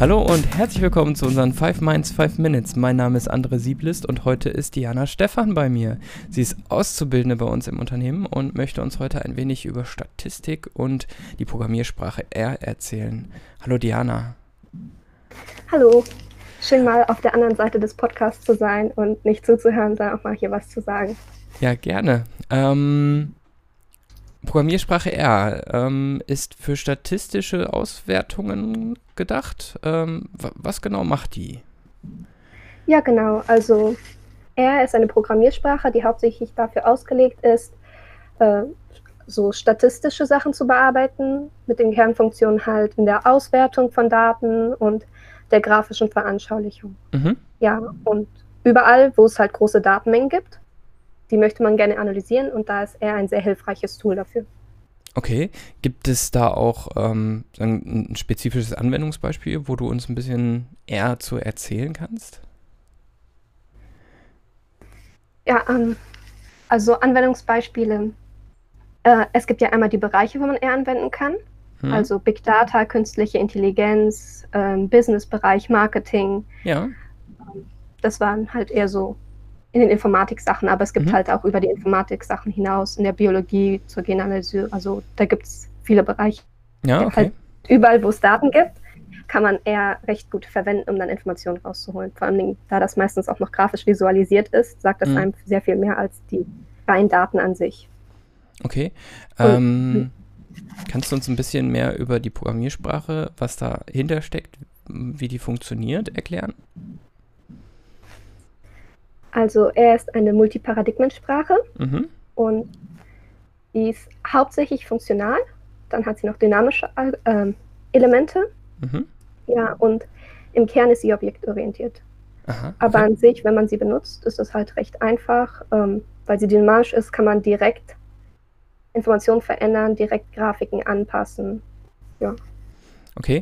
Hallo und herzlich willkommen zu unseren 5 Minds, 5 Minutes. Mein Name ist Andre Sieblist und heute ist Diana Stephan bei mir. Sie ist Auszubildende bei uns im Unternehmen und möchte uns heute ein wenig über Statistik und die Programmiersprache R erzählen. Hallo Diana. Hallo, schön mal auf der anderen Seite des Podcasts zu sein und nicht zuzuhören, sondern auch mal hier was zu sagen. Ja, gerne. Programmiersprache R ist für statistische Auswertungen gedacht. Was genau macht die? Ja, genau. Also R ist eine Programmiersprache, die hauptsächlich dafür ausgelegt ist, so statistische Sachen zu bearbeiten, mit den Kernfunktionen halt in der Auswertung von Daten und der grafischen Veranschaulichung. Mhm. Ja, und überall, wo es halt große Datenmengen gibt, die möchte man gerne analysieren und da ist R ein sehr hilfreiches Tool dafür. Okay, gibt es da auch ein spezifisches Anwendungsbeispiel, wo du uns ein bisschen R zu erzählen kannst? Ja, also Anwendungsbeispiele. Es gibt ja einmal die Bereiche, wo man R anwenden kann. Also Big Data, künstliche Intelligenz, Businessbereich, Marketing. Ja. Das waren halt eher so in den Informatik-Sachen, aber es gibt halt auch über die Informatik-Sachen hinaus in der Biologie zur Genanalyse. Also da gibt es viele Bereiche. Ja, okay. Halt überall, wo es Daten gibt, kann man R recht gut verwenden, um dann Informationen rauszuholen. Vor allem, da das meistens auch noch grafisch visualisiert ist, sagt das einem sehr viel mehr als die reinen Daten an sich. Okay. Kannst du uns ein bisschen mehr über die Programmiersprache, was dahinter steckt, wie die funktioniert, erklären? Also R ist eine Multiparadigmensprache und die ist hauptsächlich funktional. Dann hat sie noch dynamische Elemente. Ja, und im Kern ist sie objektorientiert. Aha, okay. Aber an sich, wenn man sie benutzt, ist das halt recht einfach. Weil sie dynamisch ist, kann man direkt Informationen verändern, direkt Grafiken anpassen. Ja. Okay.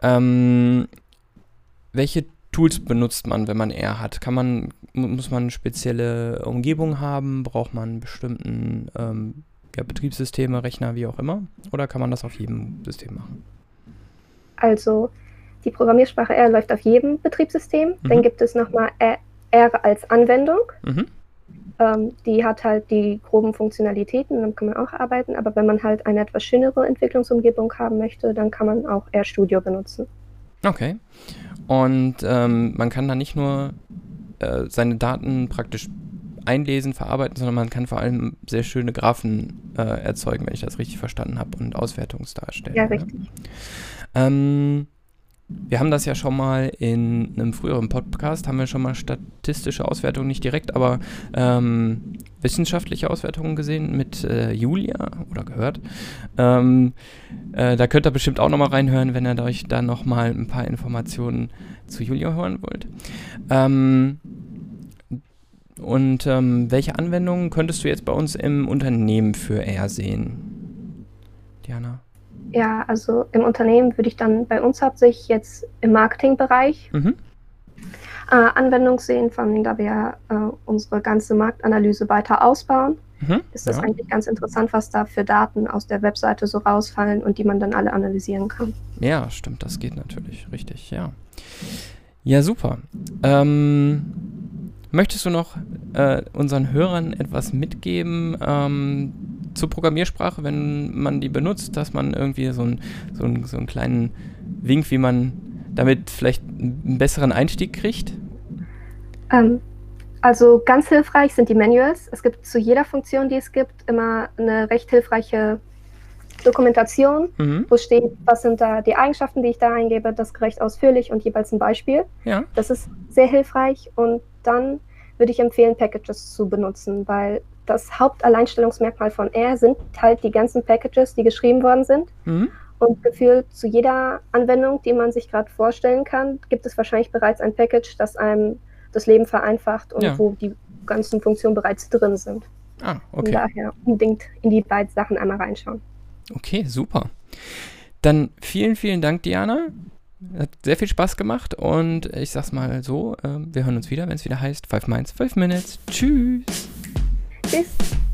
Welche Tools benutzt man, wenn man R hat? Muss man eine spezielle Umgebung haben? Braucht man bestimmten Betriebssysteme, Rechner, wie auch immer? Oder kann man das auf jedem System machen? Also die Programmiersprache R läuft auf jedem Betriebssystem. Dann gibt es nochmal R als Anwendung. Die hat halt die groben Funktionalitäten, dann kann man auch arbeiten. Aber wenn man halt eine etwas schönere Entwicklungsumgebung haben möchte, dann kann man auch RStudio benutzen. Okay. Und man kann da nicht nur seine Daten praktisch einlesen, verarbeiten, sondern man kann vor allem sehr schöne Graphen erzeugen, wenn ich das richtig verstanden habe, und Auswertungsdarstellungen. Ja, richtig. Wir haben das ja schon mal in einem früheren Podcast, haben wir schon mal statistische Auswertungen, nicht direkt, aber wissenschaftliche Auswertungen gesehen mit Julia oder gehört. Da könnt ihr bestimmt auch nochmal reinhören, wenn ihr euch da nochmal ein paar Informationen zu Julia hören wollt. Welche Anwendungen könntest du jetzt bei uns im Unternehmen für R sehen, Diana? Ja, also im Unternehmen würde ich dann bei uns hauptsächlich jetzt im Marketingbereich Anwendung sehen, vor allem da wir unsere ganze Marktanalyse weiter ausbauen. Ist das eigentlich ganz interessant, was da für Daten aus der Webseite so rausfallen und die man dann alle analysieren kann. Ja, stimmt, das geht natürlich, richtig, ja. Ja, super. Möchtest du noch unseren Hörern etwas mitgeben zur Programmiersprache, wenn man die benutzt, dass man irgendwie so einen kleinen Wink, wie man damit vielleicht einen besseren Einstieg kriegt? Also ganz hilfreich sind die Manuals. Es gibt zu jeder Funktion, die es gibt, immer eine recht hilfreiche Dokumentation, wo steht, was sind da die Eigenschaften, die ich da eingebe, das recht ausführlich und jeweils ein Beispiel. Ja. Das ist sehr hilfreich und dann würde ich empfehlen, Packages zu benutzen, weil das Hauptalleinstellungsmerkmal von R sind halt die ganzen Packages, die geschrieben worden sind. Und gefühlt zu jeder Anwendung, die man sich gerade vorstellen kann, gibt es wahrscheinlich bereits ein Package, das einem das Leben vereinfacht und wo die ganzen Funktionen bereits drin sind. Ah, okay. Und daher unbedingt in die beiden Sachen einmal reinschauen. Okay, super. Dann vielen, vielen Dank, Diana. Hat sehr viel Spaß gemacht und ich sag's mal so, wir hören uns wieder, wenn es wieder heißt 5 Minds, 5 Minutes. Tschüss. Tschüss.